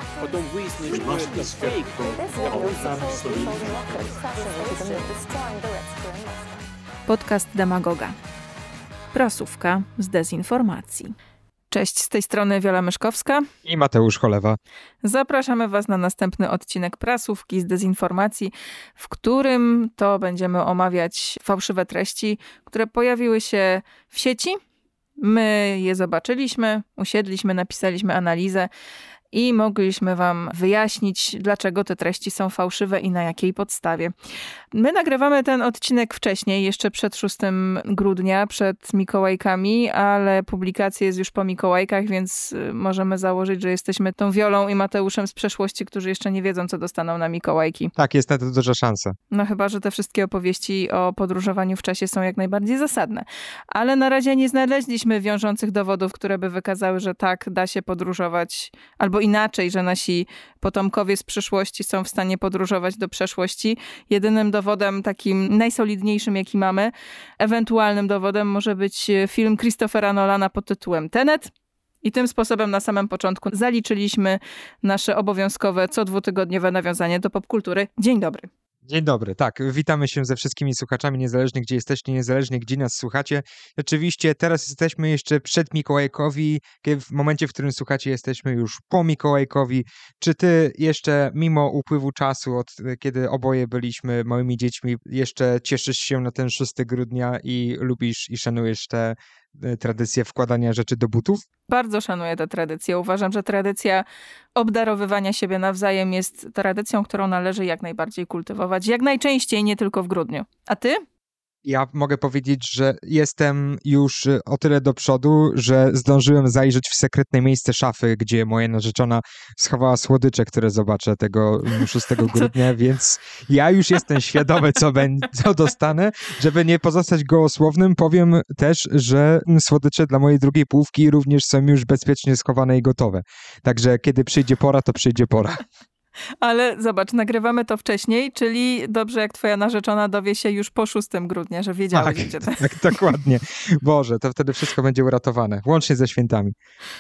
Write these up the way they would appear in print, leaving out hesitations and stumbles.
Потом выяснилось, что это фейк. Podcast Demagoga. Prasówka z dezinformacji. Cześć, z tej strony Wiola Myszkowska i Mateusz Cholewa. Zapraszamy Was na następny odcinek Prasówki z dezinformacji, w którym to będziemy omawiać fałszywe treści, które pojawiły się w sieci. My je zobaczyliśmy, usiedliśmy, napisaliśmy analizę i mogliśmy Wam wyjaśnić, dlaczego te treści są fałszywe i na jakiej podstawie. My nagrywamy ten odcinek wcześniej, jeszcze przed 6 grudnia, przed Mikołajkami, ale publikacja jest już po Mikołajkach, więc możemy założyć, że jesteśmy tą Wiolą i Mateuszem z przeszłości, którzy jeszcze nie wiedzą, co dostaną na Mikołajki. Tak, jest na to duża szansa. No chyba, że te wszystkie opowieści o podróżowaniu w czasie są jak najbardziej zasadne. Ale na razie nie znaleźliśmy wiążących dowodów, które by wykazały, że tak, da się podróżować, albo inaczej, że nasi potomkowie z przyszłości są w stanie podróżować do przeszłości. Jedynym dowodem takim najsolidniejszym, jaki mamy, ewentualnym dowodem może być film Christophera Nolana pod tytułem Tenet. I tym sposobem na samym początku zaliczyliśmy nasze obowiązkowe co dwutygodniowe nawiązanie do popkultury. Dzień dobry. Dzień dobry, tak, witamy się ze wszystkimi słuchaczami, niezależnie gdzie jesteście, niezależnie gdzie nas słuchacie. Rzeczywiście teraz jesteśmy jeszcze przed Mikołajkowi, w momencie, w którym słuchacie, jesteśmy już po Mikołajkowi. Czy ty jeszcze mimo upływu czasu, od kiedy oboje byliśmy małymi dziećmi, jeszcze cieszysz się na ten 6 grudnia i lubisz i szanujesz te tradycję wkładania rzeczy do butów? Bardzo szanuję tę tradycję. Uważam, że tradycja obdarowywania siebie nawzajem jest tradycją, którą należy jak najbardziej kultywować. Jak najczęściej, nie tylko w grudniu. A ty? Ja mogę powiedzieć, że jestem już o tyle do przodu, że zdążyłem zajrzeć w sekretne miejsce szafy, gdzie moja narzeczona schowała słodycze, które zobaczę tego 6 grudnia, więc ja już jestem świadomy, co dostanę. Żeby nie pozostać gołosłownym, powiem też, że słodycze dla mojej drugiej połówki również są już bezpiecznie schowane i gotowe. Także kiedy przyjdzie pora, to przyjdzie pora. Ale zobacz, nagrywamy to wcześniej, czyli dobrze, jak twoja narzeczona dowie się już po 6 grudnia, że wiedziałeś, gdzie to. Tak, dokładnie. Boże, to wtedy wszystko będzie uratowane, łącznie ze świętami.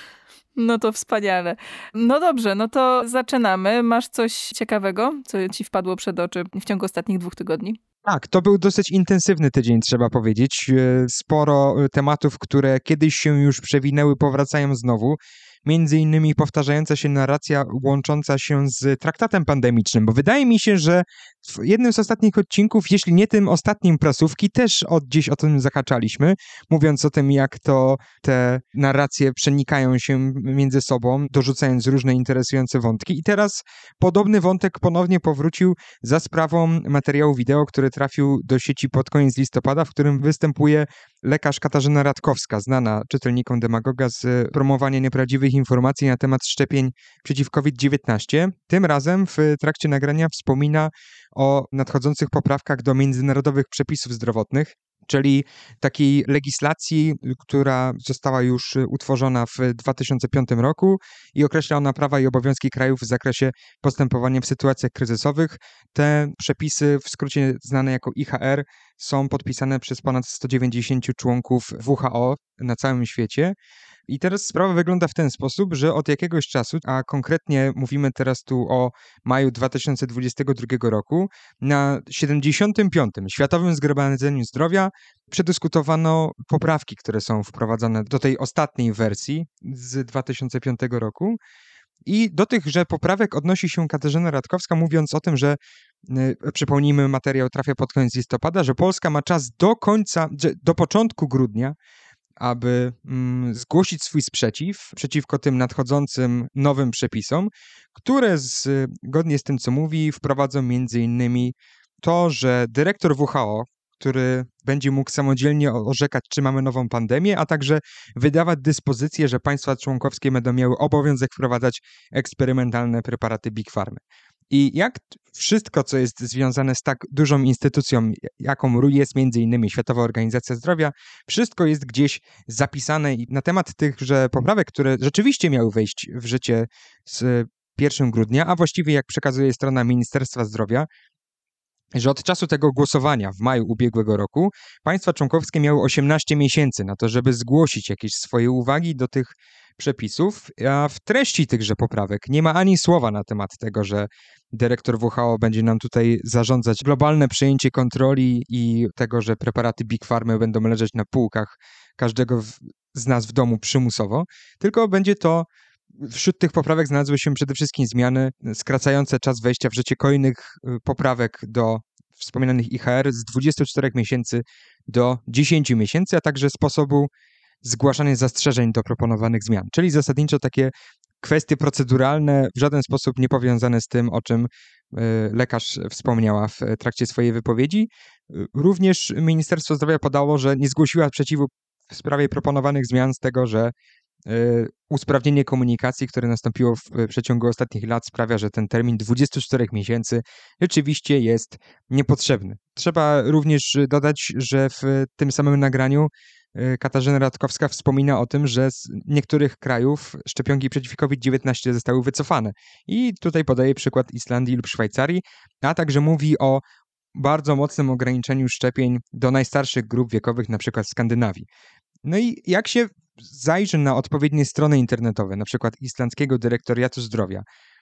No to wspaniale. No dobrze, no to zaczynamy. Masz coś ciekawego, co ci wpadło przed oczy w ciągu ostatnich 2 tygodni? Tak, to był dosyć intensywny tydzień, trzeba powiedzieć. Sporo tematów, które kiedyś się już przewinęły, powracają znowu. Między innymi powtarzająca się narracja łącząca się z traktatem pandemicznym, bo wydaje mi się, że w jednym z ostatnich odcinków, jeśli nie tym ostatnim prasówki, też gdzieś o tym zahaczaliśmy, mówiąc o tym, jak to te narracje przenikają się między sobą, dorzucając różne interesujące wątki. I teraz podobny wątek ponownie powrócił za sprawą materiału wideo, który trafił do sieci pod koniec listopada, w którym występuje lekarz Katarzyna Radkowska, znana czytelnikom Demagoga z promowania nieprawdziwych informacji na temat szczepień przeciw COVID-19. Tym razem w trakcie nagrania wspomina o nadchodzących poprawkach do międzynarodowych przepisów zdrowotnych, czyli takiej legislacji, która została już utworzona w 2005 roku i określa ona prawa i obowiązki krajów w zakresie postępowania w sytuacjach kryzysowych. Te przepisy, w skrócie znane jako IHR, są podpisane przez ponad 190 członków WHO na całym świecie. I teraz sprawa wygląda w ten sposób, że od jakiegoś czasu, a konkretnie mówimy teraz tu o maju 2022 roku, na 75. Światowym Zgromadzeniu Zdrowia przedyskutowano poprawki, które są wprowadzane do tej ostatniej wersji z 2005 roku. I do tychże poprawek odnosi się Katarzyna Radkowska, mówiąc o tym, że przypomnijmy, materiał trafia pod koniec listopada, że Polska ma czas do początku grudnia, aby zgłosić swój sprzeciw przeciwko tym nadchodzącym nowym przepisom, które zgodnie z tym, co mówi, wprowadzą między innymi to, że dyrektor WHO, który będzie mógł samodzielnie orzekać, czy mamy nową pandemię, a także wydawać dyspozycje, że państwa członkowskie będą miały obowiązek wprowadzać eksperymentalne preparaty Big Pharmy. I jak wszystko, co jest związane z tak dużą instytucją, jaką jest między innymi Światowa Organizacja Zdrowia, wszystko jest gdzieś zapisane i na temat tychże poprawek, które rzeczywiście miały wejść w życie z 1 grudnia, a właściwie jak przekazuje strona Ministerstwa Zdrowia, że od czasu tego głosowania w maju ubiegłego roku państwa członkowskie miały 18 miesięcy na to, żeby zgłosić jakieś swoje uwagi do tych przepisów, a w treści tychże poprawek nie ma ani słowa na temat tego, że dyrektor WHO będzie nam tutaj zarządzać globalne przejęcie kontroli i tego, że preparaty Big Pharma będą leżeć na półkach każdego z nas w domu przymusowo, tylko będzie to wśród tych poprawek znalazły się przede wszystkim zmiany skracające czas wejścia w życie kolejnych poprawek do wspominanych IHR z 24 miesięcy do 10 miesięcy, a także sposobu zgłaszania zastrzeżeń do proponowanych zmian. Czyli zasadniczo takie kwestie proceduralne, w żaden sposób nie powiązane z tym, o czym lekarz wspomniała w trakcie swojej wypowiedzi. Również Ministerstwo Zdrowia podało, że nie zgłosiła sprzeciwu w sprawie proponowanych zmian z tego, że usprawnienie komunikacji, które nastąpiło w przeciągu ostatnich lat, sprawia, że ten termin 24 miesięcy rzeczywiście jest niepotrzebny. Trzeba również dodać, że w tym samym nagraniu Katarzyna Radkowska wspomina o tym, że z niektórych krajów szczepionki przeciw COVID-19 zostały wycofane. I tutaj podaje przykład Islandii lub Szwajcarii, a także mówi o bardzo mocnym ograniczeniu szczepień do najstarszych grup wiekowych, na przykład w Skandynawii. No i jak się zajrzy na odpowiednie strony internetowe, na przykład Islandzkiego Dyrektoriatu Zdrowia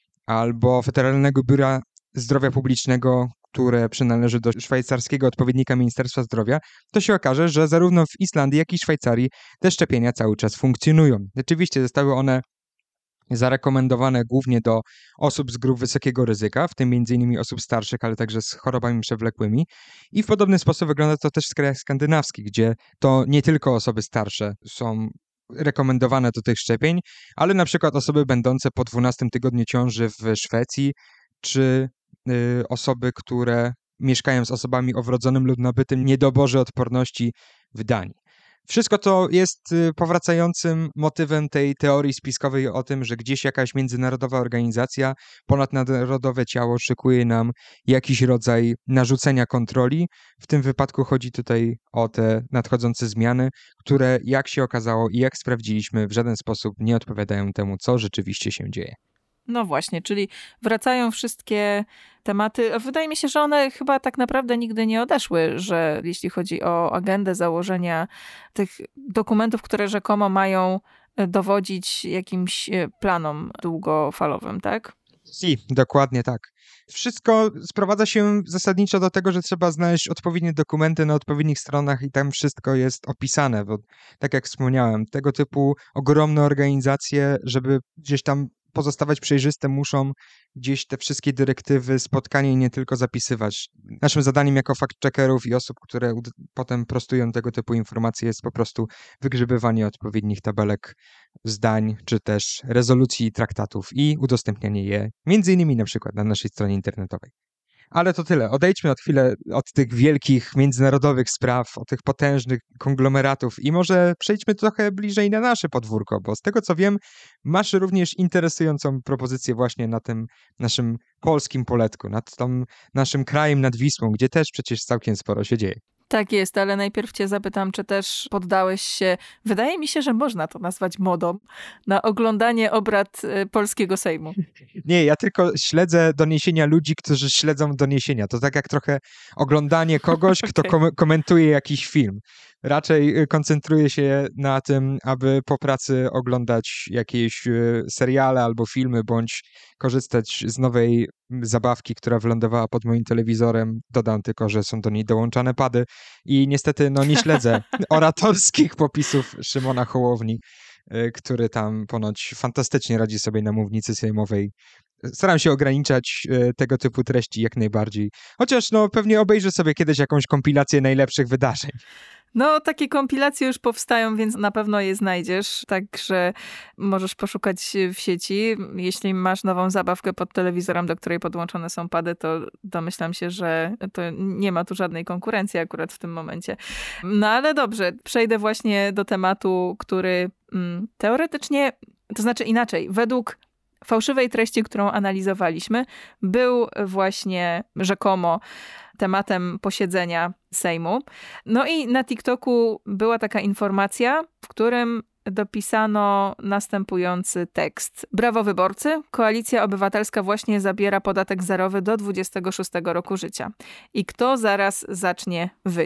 albo Federalnego Biura Zdrowia Publicznego, które przynależy do szwajcarskiego odpowiednika Ministerstwa Zdrowia, to się okaże, że zarówno w Islandii, jak i Szwajcarii te szczepienia cały czas funkcjonują. Rzeczywiście zostały one zarekomendowane głównie do osób z grup wysokiego ryzyka, w tym m.in. osób starszych, ale także z chorobami przewlekłymi. I w podobny sposób wygląda to też w krajach skandynawskich, gdzie to nie tylko osoby starsze są rekomendowane do tych szczepień, ale na przykład osoby będące po 12 tygodniu ciąży w Szwecji, czy osoby, które mieszkają z osobami o wrodzonym lub nabytym niedoborze odporności w Danii. Wszystko to jest powracającym motywem tej teorii spiskowej o tym, że gdzieś jakaś międzynarodowa organizacja, ponadnarodowe ciało szykuje nam jakiś rodzaj narzucenia kontroli. W tym wypadku chodzi tutaj o te nadchodzące zmiany, które jak się okazało i jak sprawdziliśmy, w żaden sposób nie odpowiadają temu, co rzeczywiście się dzieje. No właśnie, czyli wracają wszystkie tematy. Wydaje mi się, że one chyba tak naprawdę nigdy nie odeszły, że jeśli chodzi o agendę założenia tych dokumentów, które rzekomo mają dowodzić jakimś planom długofalowym, tak? Dokładnie tak. Wszystko sprowadza się zasadniczo do tego, że trzeba znaleźć odpowiednie dokumenty na odpowiednich stronach i tam wszystko jest opisane, bo tak jak wspomniałem, tego typu ogromne organizacje, żeby gdzieś tam pozostawać przejrzyste, muszą gdzieś te wszystkie dyrektywy, spotkania i nie tylko zapisywać. Naszym zadaniem jako fact-checkerów i osób, które potem prostują tego typu informacje, jest po prostu wygrzebywanie odpowiednich tabelek, zdań, czy też rezolucji i traktatów i udostępnianie je między innymi na przykład na naszej stronie internetowej. Ale to tyle. Odejdźmy od chwilę od tych wielkich międzynarodowych spraw, od tych potężnych konglomeratów i może przejdźmy trochę bliżej na nasze podwórko, bo z tego co wiem, masz również interesującą propozycję właśnie na tym naszym polskim poletku, nad tym naszym krajem nad Wisłą, gdzie też przecież całkiem sporo się dzieje. Tak jest, ale najpierw cię zapytam, czy też poddałeś się, wydaje mi się, że można to nazwać modą, na oglądanie obrad polskiego Sejmu. Nie, ja tylko śledzę doniesienia ludzi, którzy śledzą doniesienia. To tak jak trochę oglądanie kogoś, kto komentuje jakiś film. Raczej koncentruję się na tym, aby po pracy oglądać jakieś seriale albo filmy, bądź korzystać z nowej zabawki, która wylądowała pod moim telewizorem. Dodam tylko, że są do niej dołączane pady i niestety nie śledzę oratorskich popisów Szymona Hołowni, który tam ponoć fantastycznie radzi sobie na mównicy sejmowej. Staram się ograniczać tego typu treści jak najbardziej. Chociaż pewnie obejrzę sobie kiedyś jakąś kompilację najlepszych wydarzeń. No, takie kompilacje już powstają, więc na pewno je znajdziesz, także możesz poszukać w sieci. Jeśli masz nową zabawkę pod telewizorem, do której podłączone są pady, to domyślam się, że to nie ma tu żadnej konkurencji akurat w tym momencie. No ale dobrze, przejdę właśnie do tematu, który teoretycznie, to znaczy inaczej, według fałszywej treści, którą analizowaliśmy, był właśnie rzekomo tematem posiedzenia Sejmu. No i na TikToku była taka informacja, w którym dopisano następujący tekst. Brawo wyborcy, Koalicja Obywatelska właśnie zabiera podatek zerowy do 26 roku życia. I kto zaraz zacznie wycie?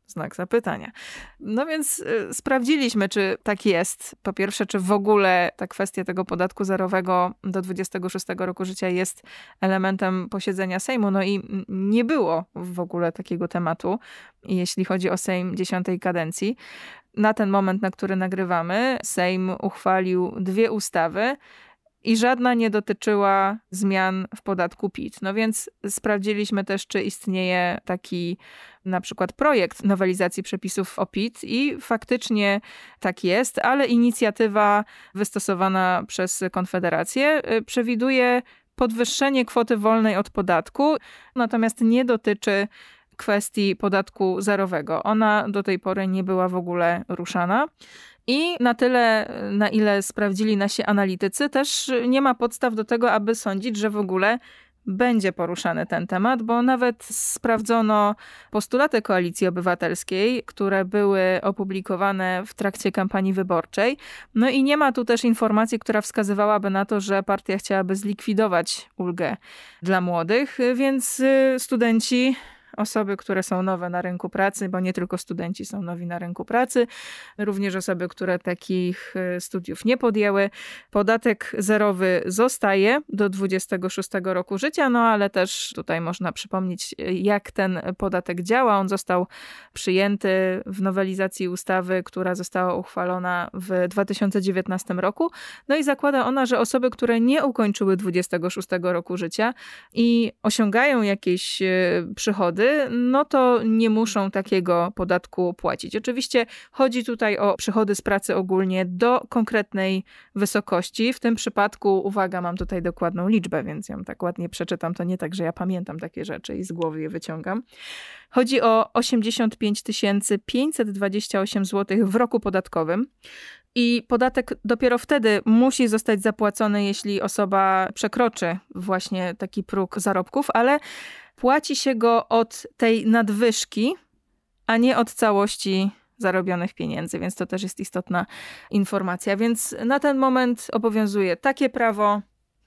Znak zapytania. No więc sprawdziliśmy, czy tak jest. Po pierwsze, czy w ogóle ta kwestia tego podatku zerowego do 26 roku życia jest elementem posiedzenia Sejmu. No i nie było w ogóle takiego tematu, jeśli chodzi o Sejm 10. kadencji. Na ten moment, na który nagrywamy, Sejm uchwalił 2 ustawy, i żadna nie dotyczyła zmian w podatku PIT. No więc sprawdziliśmy też, czy istnieje taki na przykład projekt nowelizacji przepisów o PIT i faktycznie tak jest, ale inicjatywa wystosowana przez Konfederację przewiduje podwyższenie kwoty wolnej od podatku, natomiast nie dotyczy kwestii podatku zerowego. Ona do tej pory nie była w ogóle ruszana. I na tyle, na ile sprawdzili nasi analitycy, też nie ma podstaw do tego, aby sądzić, że w ogóle będzie poruszany ten temat, bo nawet sprawdzono postulaty Koalicji Obywatelskiej, które były opublikowane w trakcie kampanii wyborczej. No i nie ma tu też informacji, która wskazywałaby na to, że partia chciałaby zlikwidować ulgę dla młodych, więc studenci, osoby, które są nowe na rynku pracy, bo nie tylko studenci są nowi na rynku pracy, również osoby, które takich studiów nie podjęły. Podatek zerowy zostaje do 26 roku życia, no ale też tutaj można przypomnieć, jak ten podatek działa. On został przyjęty w nowelizacji ustawy, która została uchwalona w 2019 roku. No i zakłada ona, że osoby, które nie ukończyły 26 roku życia i osiągają jakieś przychody, no to nie muszą takiego podatku płacić. Oczywiście chodzi tutaj o przychody z pracy ogólnie do konkretnej wysokości. W tym przypadku, uwaga, mam tutaj dokładną liczbę, więc ją tak ładnie przeczytam. To nie tak, że ja pamiętam takie rzeczy i z głowy je wyciągam. Chodzi o 85 528 zł w roku podatkowym. I podatek dopiero wtedy musi zostać zapłacony, jeśli osoba przekroczy właśnie taki próg zarobków, ale płaci się go od tej nadwyżki, a nie od całości zarobionych pieniędzy, więc to też jest istotna informacja. Więc na ten moment obowiązuje takie prawo.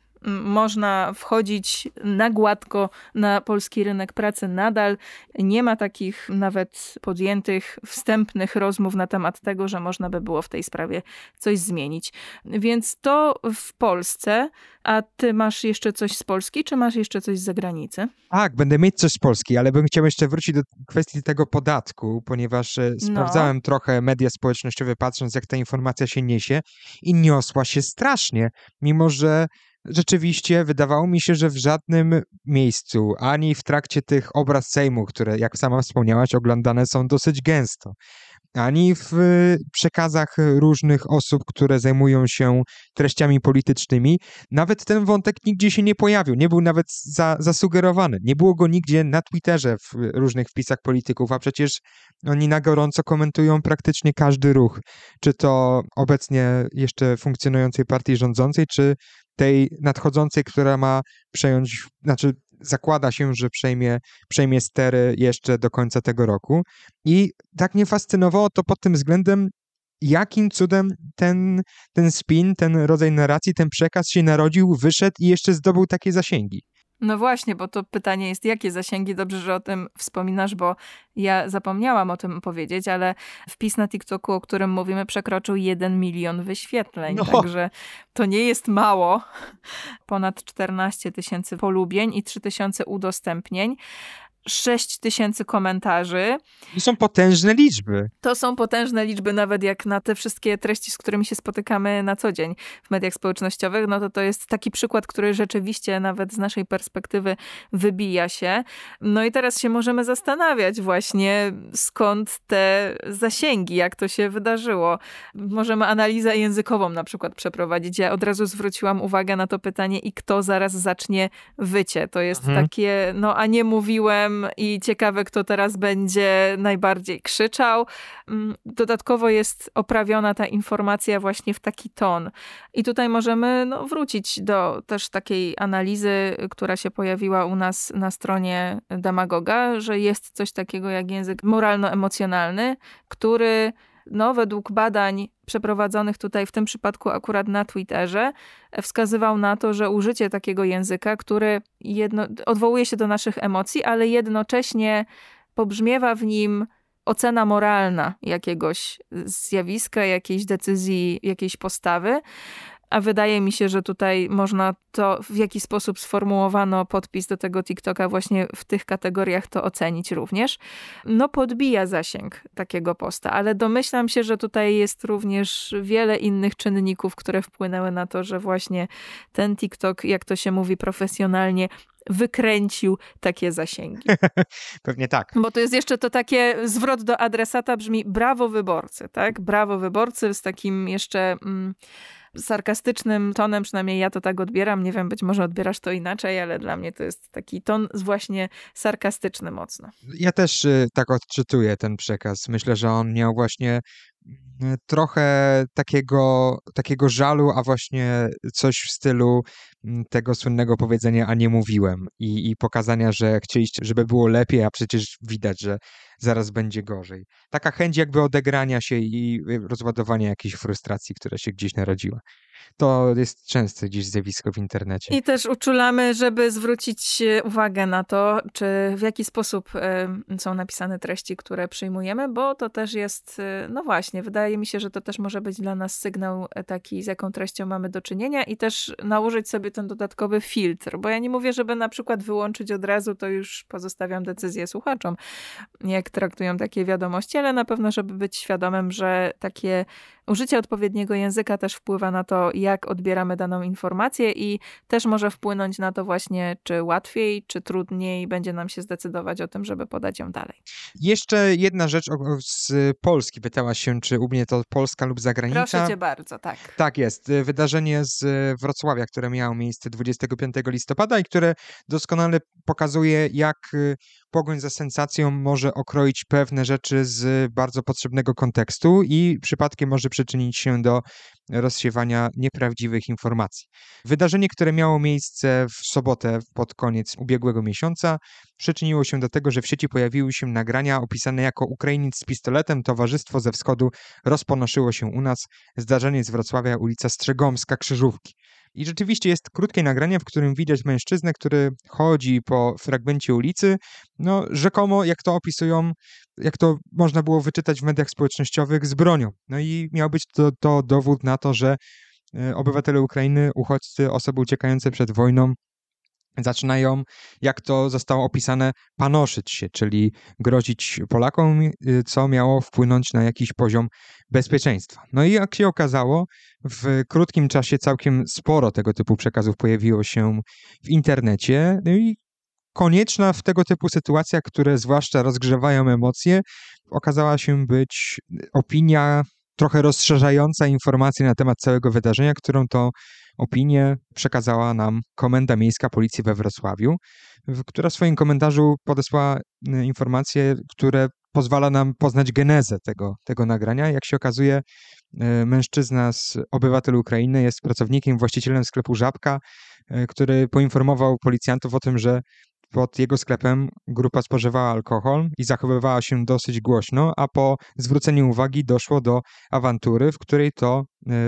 Można wchodzić na gładko na polski rynek pracy nadal. Nie ma takich nawet podjętych wstępnych rozmów na temat tego, że można by było w tej sprawie coś zmienić. Więc to w Polsce. A ty masz jeszcze coś z Polski, czy masz jeszcze coś z zagranicy? Tak, będę mieć coś z Polski, ale bym chciał jeszcze wrócić do kwestii tego podatku, ponieważ sprawdzałem trochę media społecznościowe, patrząc jak ta informacja się niesie i niosła się strasznie, mimo że rzeczywiście wydawało mi się, że w żadnym miejscu, ani w trakcie tych obrad Sejmu, które jak sama wspomniałaś, oglądane są dosyć gęsto, ani w przekazach różnych osób, które zajmują się treściami politycznymi, nawet ten wątek nigdzie się nie pojawił, nie był nawet zasugerowany. Nie było go nigdzie na Twitterze w różnych wpisach polityków, a przecież oni na gorąco komentują praktycznie każdy ruch, czy to obecnie jeszcze funkcjonującej partii rządzącej, czy tej nadchodzącej, która ma przejąć, znaczy zakłada się, że przejmie stery jeszcze do końca tego roku. I tak mnie fascynowało to pod tym względem, jakim cudem ten spin, ten rodzaj narracji, ten przekaz się narodził, wyszedł i jeszcze zdobył takie zasięgi. No właśnie, bo to pytanie jest, jakie zasięgi? Dobrze, że o tym wspominasz, bo ja zapomniałam o tym powiedzieć, ale wpis na TikToku, o którym mówimy, przekroczył 1 milion wyświetleń, także to nie jest mało. Ponad 14 000 polubień i 3 000 udostępnień. 6 000 komentarzy. To są potężne liczby. To są potężne liczby, nawet jak na te wszystkie treści, z którymi się spotykamy na co dzień w mediach społecznościowych, no to jest taki przykład, który rzeczywiście nawet z naszej perspektywy wybija się. No i teraz się możemy zastanawiać właśnie, skąd te zasięgi, jak to się wydarzyło. Możemy analizę językową na przykład przeprowadzić. Ja od razu zwróciłam uwagę na to pytanie i kto zaraz zacznie wycie. To jest takie, no a nie mówiłem i ciekawe, kto teraz będzie najbardziej krzyczał. Dodatkowo jest oprawiona ta informacja właśnie w taki ton. I tutaj możemy wrócić do też takiej analizy, która się pojawiła u nas na stronie Demagoga, że jest coś takiego jak język moralno-emocjonalny, który według badań przeprowadzonych tutaj w tym przypadku akurat na Twitterze wskazywał na to, że użycie takiego języka, który odwołuje się do naszych emocji, ale jednocześnie pobrzmiewa w nim ocena moralna jakiegoś zjawiska, jakiejś decyzji, jakiejś postawy. A wydaje mi się, że tutaj można to, w jaki sposób sformułowano podpis do tego TikToka, właśnie w tych kategoriach to ocenić również. No podbija zasięg takiego posta, ale domyślam się, że tutaj jest również wiele innych czynników, które wpłynęły na to, że właśnie ten TikTok, jak to się mówi profesjonalnie, wykręcił takie zasięgi. Pewnie tak. Bo to jest jeszcze to takie zwrot do adresata brzmi brawo wyborcy, tak? Brawo wyborcy z takim jeszcze sarkastycznym tonem, przynajmniej ja to tak odbieram. Nie wiem, być może odbierasz to inaczej, ale dla mnie to jest taki ton właśnie sarkastyczny mocno. Ja też tak odczytuję ten przekaz. Myślę, że on miał właśnie trochę takiego żalu, a właśnie coś w stylu tego słynnego powiedzenia, a nie mówiłem. I pokazania, że chcieliście, żeby było lepiej, a przecież widać, że zaraz będzie gorzej. Taka chęć jakby odegrania się i rozładowania jakiejś frustracji, która się gdzieś narodziła. To jest częste dziś zjawisko w internecie. I też uczulamy, żeby zwrócić uwagę na to, czy w jaki sposób są napisane treści, które przyjmujemy, bo to też jest, no właśnie, wydaje mi się, że to też może być dla nas sygnał taki, z jaką treścią mamy do czynienia i też nałożyć sobie ten dodatkowy filtr, bo ja nie mówię, żeby na przykład wyłączyć od razu, to już pozostawiam decyzję słuchaczom, jak traktują takie wiadomości, ale na pewno, żeby być świadomym, że takie użycie odpowiedniego języka też wpływa na to, jak odbieramy daną informację i też może wpłynąć na to właśnie, czy łatwiej, czy trudniej będzie nam się zdecydować o tym, żeby podać ją dalej. Jeszcze jedna rzecz z Polski pytała się, czy u mnie to Polska lub zagranica. Proszę cię bardzo, tak. Tak jest. Wydarzenie z Wrocławia, które miało miejsce 25 listopada i które doskonale pokazuje, jak pogoń za sensacją może okroić pewne rzeczy z bardzo potrzebnego kontekstu i przypadkiem może przyczynić się do rozsiewania nieprawdziwych informacji. Wydarzenie, które miało miejsce w sobotę pod koniec ubiegłego miesiąca, przyczyniło się do tego, że w sieci pojawiły się nagrania opisane jako Ukrainiec z pistoletem, towarzystwo ze wschodu rozponoszyło się u nas, zdarzenie z Wrocławia, ulica Strzegomska, Krzyżówki. I rzeczywiście jest krótkie nagranie, w którym widać mężczyznę, który chodzi po fragmencie ulicy, no rzekomo, jak to opisują, jak to można było wyczytać w mediach społecznościowych, z bronią. No i miał być to dowód na to, że obywatele Ukrainy, uchodźcy, osoby uciekające przed wojną zaczynają, jak to zostało opisane, panoszyć się, czyli grozić Polakom, co miało wpłynąć na jakiś poziom bezpieczeństwa. No i jak się okazało, w krótkim czasie całkiem sporo tego typu przekazów pojawiło się w internecie, no i konieczna w tego typu sytuacjach, które zwłaszcza rozgrzewają emocje, okazała się być opinia trochę rozszerzająca informacje na temat całego wydarzenia, którą to opinię przekazała nam Komenda Miejska Policji we Wrocławiu, która w swoim komentarzu podesłała informacje, które pozwala nam poznać genezę tego nagrania. Jak się okazuje, mężczyzna obywatel Ukrainy jest pracownikiem, właścicielem sklepu Żabka, który poinformował policjantów o tym, że pod jego sklepem grupa spożywała alkohol i zachowywała się dosyć głośno, a po zwróceniu uwagi doszło do awantury, w której to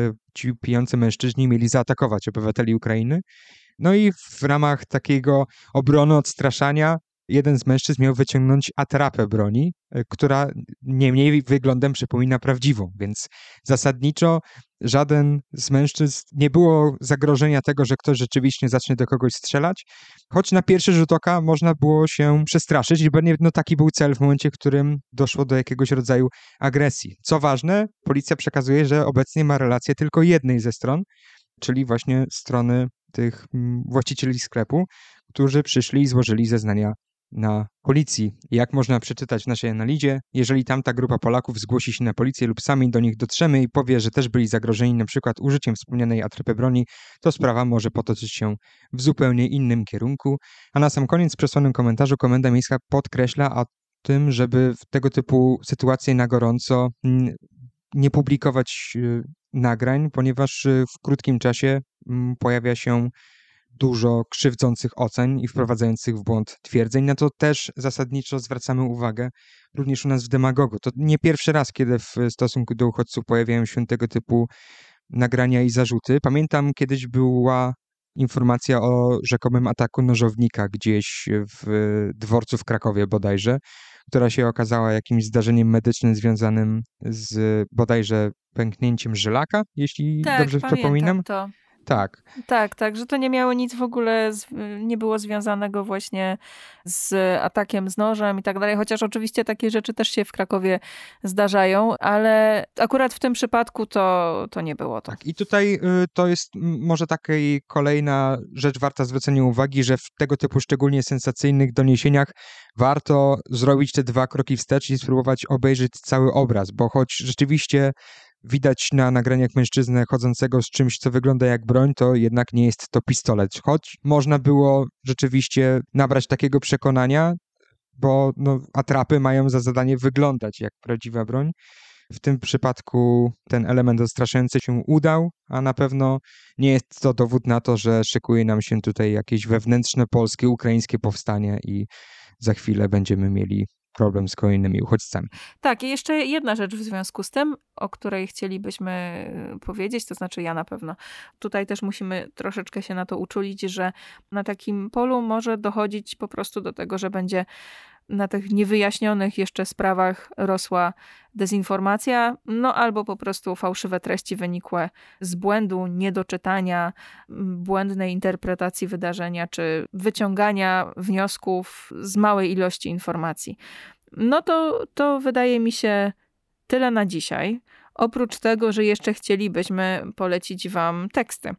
ci pijący mężczyźni mieli zaatakować obywateli Ukrainy. No i w ramach takiego obrony, odstraszania jeden z mężczyzn miał wyciągnąć atrapę broni, która niemniej wyglądem przypomina prawdziwą, więc zasadniczo żaden z mężczyzn nie było zagrożenia tego, że ktoś rzeczywiście zacznie do kogoś strzelać, choć na pierwszy rzut oka można było się przestraszyć, bo taki był cel w momencie, w którym doszło do jakiegoś rodzaju agresji. Co ważne, policja przekazuje, że obecnie ma relację tylko jednej ze stron, czyli właśnie strony tych właścicieli sklepu, którzy przyszli i złożyli zeznania na policji. Jak można przeczytać w naszej analizie, jeżeli tamta grupa Polaków zgłosi się na policję lub sami do nich dotrzemy i powie, że też byli zagrożeni na przykład użyciem wspomnianej atrapy broni, to sprawa może potoczyć się w zupełnie innym kierunku. A na sam koniec w przesłanym komentarzu Komenda Miejska podkreśla o tym, żeby w tego typu sytuacje na gorąco nie publikować nagrań, ponieważ w krótkim czasie pojawia się dużo krzywdzących ocen i wprowadzających w błąd twierdzeń. Na to też zasadniczo zwracamy uwagę również u nas w Demagogu. To nie pierwszy raz, kiedy w stosunku do uchodźców pojawiają się tego typu nagrania i zarzuty. Pamiętam, kiedyś była informacja o rzekomym ataku nożownika gdzieś w dworcu w Krakowie bodajże, która się okazała jakimś zdarzeniem medycznym związanym z bodajże pęknięciem żylaka, jeśli dobrze przypominam. To. Tak. Tak, że to nie miało nic w ogóle, nie było związanego właśnie z atakiem z nożem i tak dalej, chociaż oczywiście takie rzeczy też się w Krakowie zdarzają, ale akurat w tym przypadku to nie było to. Tak, i tutaj to jest może taka kolejna rzecz warta zwrócenia uwagi, że w tego typu szczególnie sensacyjnych doniesieniach warto zrobić te 2 kroki wstecz i spróbować obejrzeć cały obraz, bo choć rzeczywiście widać na nagraniach mężczyznę chodzącego z czymś, co wygląda jak broń, to jednak nie jest to pistolet. Choć można było rzeczywiście nabrać takiego przekonania, bo atrapy mają za zadanie wyglądać jak prawdziwa broń. W tym przypadku ten element odstraszający się udał, a na pewno nie jest to dowód na to, że szykuje nam się tutaj jakieś wewnętrzne polskie, ukraińskie powstanie i za chwilę będziemy mieli problem z kolejnymi uchodźcami. Tak, i jeszcze jedna rzecz w związku z tym, o której chcielibyśmy powiedzieć, to znaczy ja na pewno. Tutaj też musimy troszeczkę się na to uczulić, że na takim polu może dochodzić po prostu do tego, że będzie na tych niewyjaśnionych jeszcze sprawach rosła dezinformacja, albo po prostu fałszywe treści wynikłe z błędu, niedoczytania, błędnej interpretacji wydarzenia, czy wyciągania wniosków z małej ilości informacji. To wydaje mi się tyle na dzisiaj. Oprócz tego, że jeszcze chcielibyśmy polecić wam teksty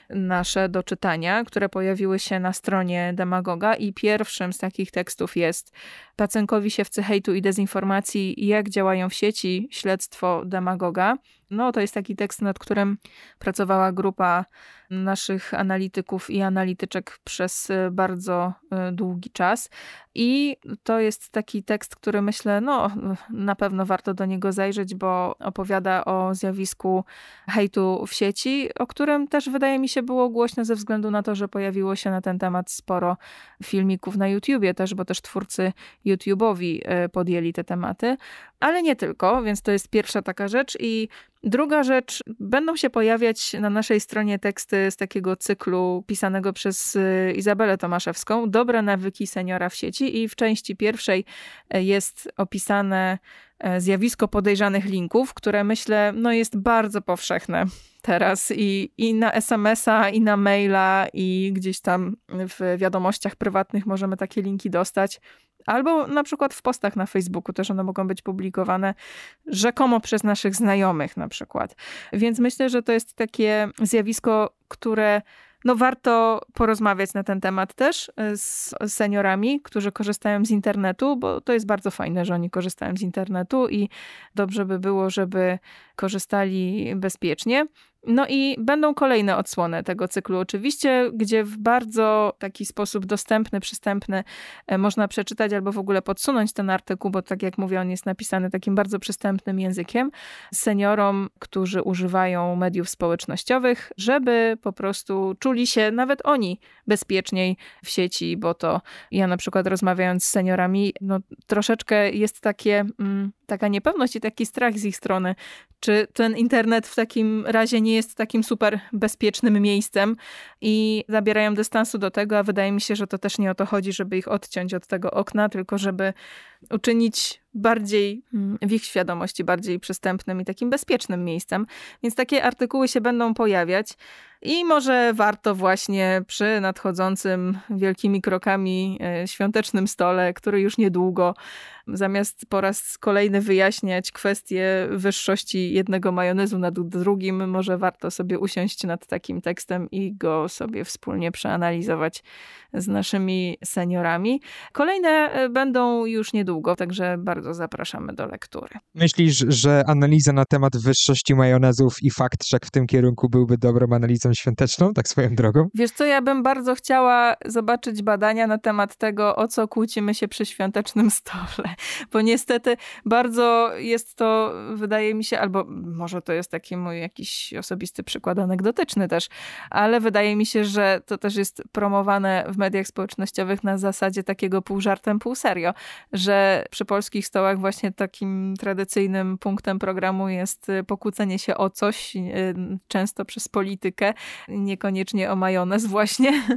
nasze do czytania, które pojawiły się na stronie Demagoga i pierwszym z takich tekstów jest Pacynkowi siewcy hejtu i dezinformacji, jak działają w sieci, śledztwo Demagoga. To jest taki tekst, nad którym pracowała grupa naszych analityków i analityczek przez bardzo długi czas. I to jest taki tekst, który myślę, na pewno warto do niego zajrzeć, bo opowiada o zjawisku hejtu w sieci, o którym też wydaje mi się było głośno ze względu na to, że pojawiło się na ten temat sporo filmików na YouTubie też, bo też twórcy YouTube'owi podjęli te tematy. Ale nie tylko, więc to jest pierwsza taka rzecz. I druga rzecz, będą się pojawiać na naszej stronie teksty z takiego cyklu pisanego przez Izabelę Tomaszewską, Dobre nawyki seniora w sieci, i w części pierwszej jest opisane zjawisko podejrzanych linków, które myślę, jest bardzo powszechne teraz i na SMS-a, i na maila, i gdzieś tam w wiadomościach prywatnych możemy takie linki dostać. Albo na przykład w postach na Facebooku też one mogą być publikowane rzekomo przez naszych znajomych na przykład. Więc myślę, że to jest takie zjawisko, które warto porozmawiać na ten temat też z seniorami, którzy korzystają z internetu, bo to jest bardzo fajne, że oni korzystają z internetu i dobrze by było, żeby korzystali bezpiecznie. I będą kolejne odsłony tego cyklu oczywiście, gdzie w bardzo taki sposób dostępny, przystępny można przeczytać albo w ogóle podsunąć ten artykuł, bo tak jak mówię, on jest napisany takim bardzo przystępnym językiem seniorom, którzy używają mediów społecznościowych, żeby po prostu czuli się nawet oni bezpieczniej w sieci, bo to ja na przykład rozmawiając z seniorami, troszeczkę jest taka niepewność i taki strach z ich strony, czy ten internet w takim razie nie jest takim super bezpiecznym miejscem i zabierają dystansu do tego, a wydaje mi się, że to też nie o to chodzi, żeby ich odciąć od tego okna, tylko żeby uczynić bardziej w ich świadomości, bardziej przystępnym i takim bezpiecznym miejscem. Więc takie artykuły się będą pojawiać i może warto właśnie przy nadchodzącym wielkimi krokami świątecznym stole, który już niedługo, zamiast po raz kolejny wyjaśniać kwestię wyższości jednego majonezu nad drugim, może warto sobie usiąść nad takim tekstem i go sobie wspólnie przeanalizować z naszymi seniorami. Kolejne będą już niedługo, także bardzo zapraszamy do lektury. Myślisz, że analiza na temat wyższości majonezów i fact-check w tym kierunku byłby dobrą analizą świąteczną, tak swoją drogą? Wiesz co, ja bym bardzo chciała zobaczyć badania na temat tego, o co kłócimy się przy świątecznym stole, bo niestety bardzo jest to, wydaje mi się, albo może to jest taki mój jakiś osobisty przykład anegdotyczny też, ale wydaje mi się, że to też jest promowane w mediach społecznościowych na zasadzie takiego pół żartem, pół serio, że przy polskich stołach właśnie takim tradycyjnym punktem programu jest pokłócenie się o coś, często przez politykę, niekoniecznie o majonez właśnie.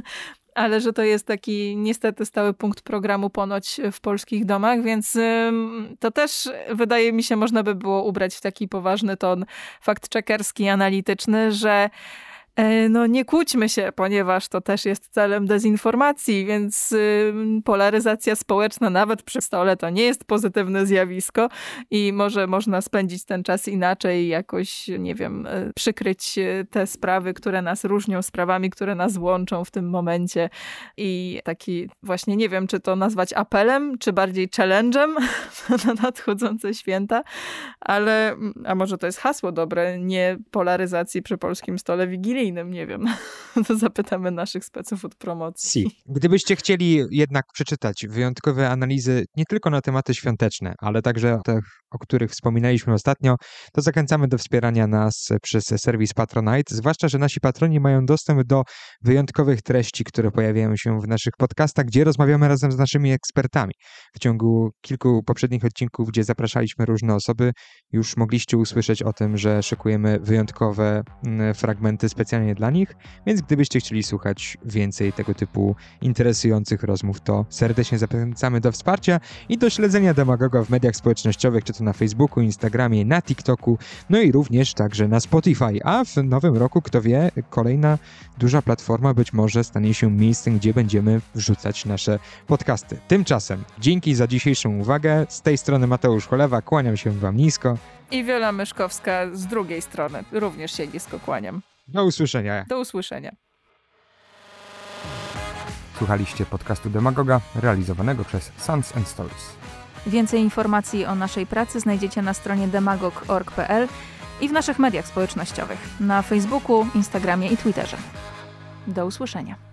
ale że to jest taki niestety stały punkt programu ponoć w polskich domach, więc to też wydaje mi się można by było ubrać w taki poważny ton fact-checkerski, analityczny, że no nie kłóćmy się, ponieważ to też jest celem dezinformacji, więc polaryzacja społeczna nawet przy stole to nie jest pozytywne zjawisko i może można spędzić ten czas inaczej, jakoś, nie wiem, przykryć te sprawy, które nas różnią, sprawami, które nas łączą w tym momencie i taki właśnie, nie wiem, czy to nazwać apelem, czy bardziej challenge'em na nadchodzące święta, ale a może to jest hasło dobre, nie polaryzacji przy polskim stole wigilijnym, nie wiem. To zapytamy naszych speców od promocji. Gdybyście chcieli jednak przeczytać wyjątkowe analizy nie tylko na tematy świąteczne, ale także te, o których wspominaliśmy ostatnio, to zachęcamy do wspierania nas przez serwis Patronite, zwłaszcza, że nasi patroni mają dostęp do wyjątkowych treści, które pojawiają się w naszych podcastach, gdzie rozmawiamy razem z naszymi ekspertami. W ciągu kilku poprzednich odcinków, gdzie zapraszaliśmy różne osoby, już mogliście usłyszeć o tym, że szykujemy wyjątkowe fragmenty specjalnie dla nich, więc gdybyście chcieli słuchać więcej tego typu interesujących rozmów, to serdecznie zachęcamy do wsparcia i do śledzenia Demagoga w mediach społecznościowych, czy to na Facebooku, Instagramie, na TikToku, no i również także na Spotify, a w nowym roku, kto wie, kolejna duża platforma być może stanie się miejscem, gdzie będziemy wrzucać nasze podcasty. Tymczasem dzięki za dzisiejszą uwagę. Z tej strony Mateusz Cholewa, kłaniam się wam nisko. I Wiola Myszkowska z drugiej strony, również się nisko kłaniam. Do usłyszenia. Do usłyszenia. Słuchaliście podcastu Demagoga, realizowanego przez Sons and Stories. Więcej informacji o naszej pracy znajdziecie na stronie demagog.org.pl i w naszych mediach społecznościowych, na Facebooku, Instagramie i Twitterze. Do usłyszenia.